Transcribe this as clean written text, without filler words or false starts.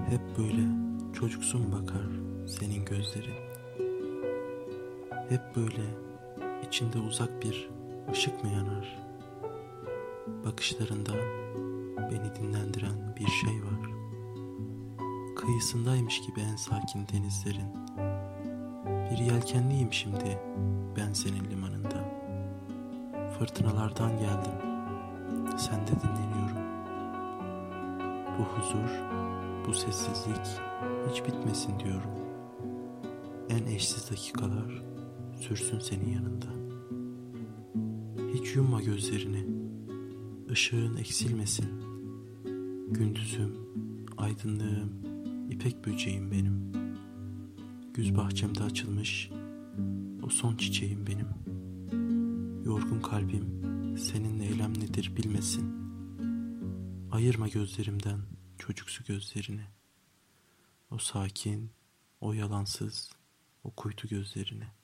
Hep böyle çocuksu mu bakar senin gözlerin? Hep böyle içinde uzak bir ışık mı yanar? Bakışlarında beni dinlendiren bir şey var. Kıyısındaymış gibi en sakin denizlerin. Bir yelkenliyim şimdi ben senin limanında. Fırtınalardan geldim, sende dinleniyorum. Bu huzur, bu sessizlik hiç bitmesin diyorum. En eşsiz dakikalar sürsün senin yanında. Hiç yumma gözlerini, ışığın eksilmesin. Gündüzüm, aydınlığım, ipek böceğim benim. Güz bahçemde açılmış o son çiçeğim benim. Yorgun kalbim seninle eylem nedir bilmesin. Ayırma gözlerimden çocuksu gözlerini. O sakin, o yalansız, o kuytu gözlerini.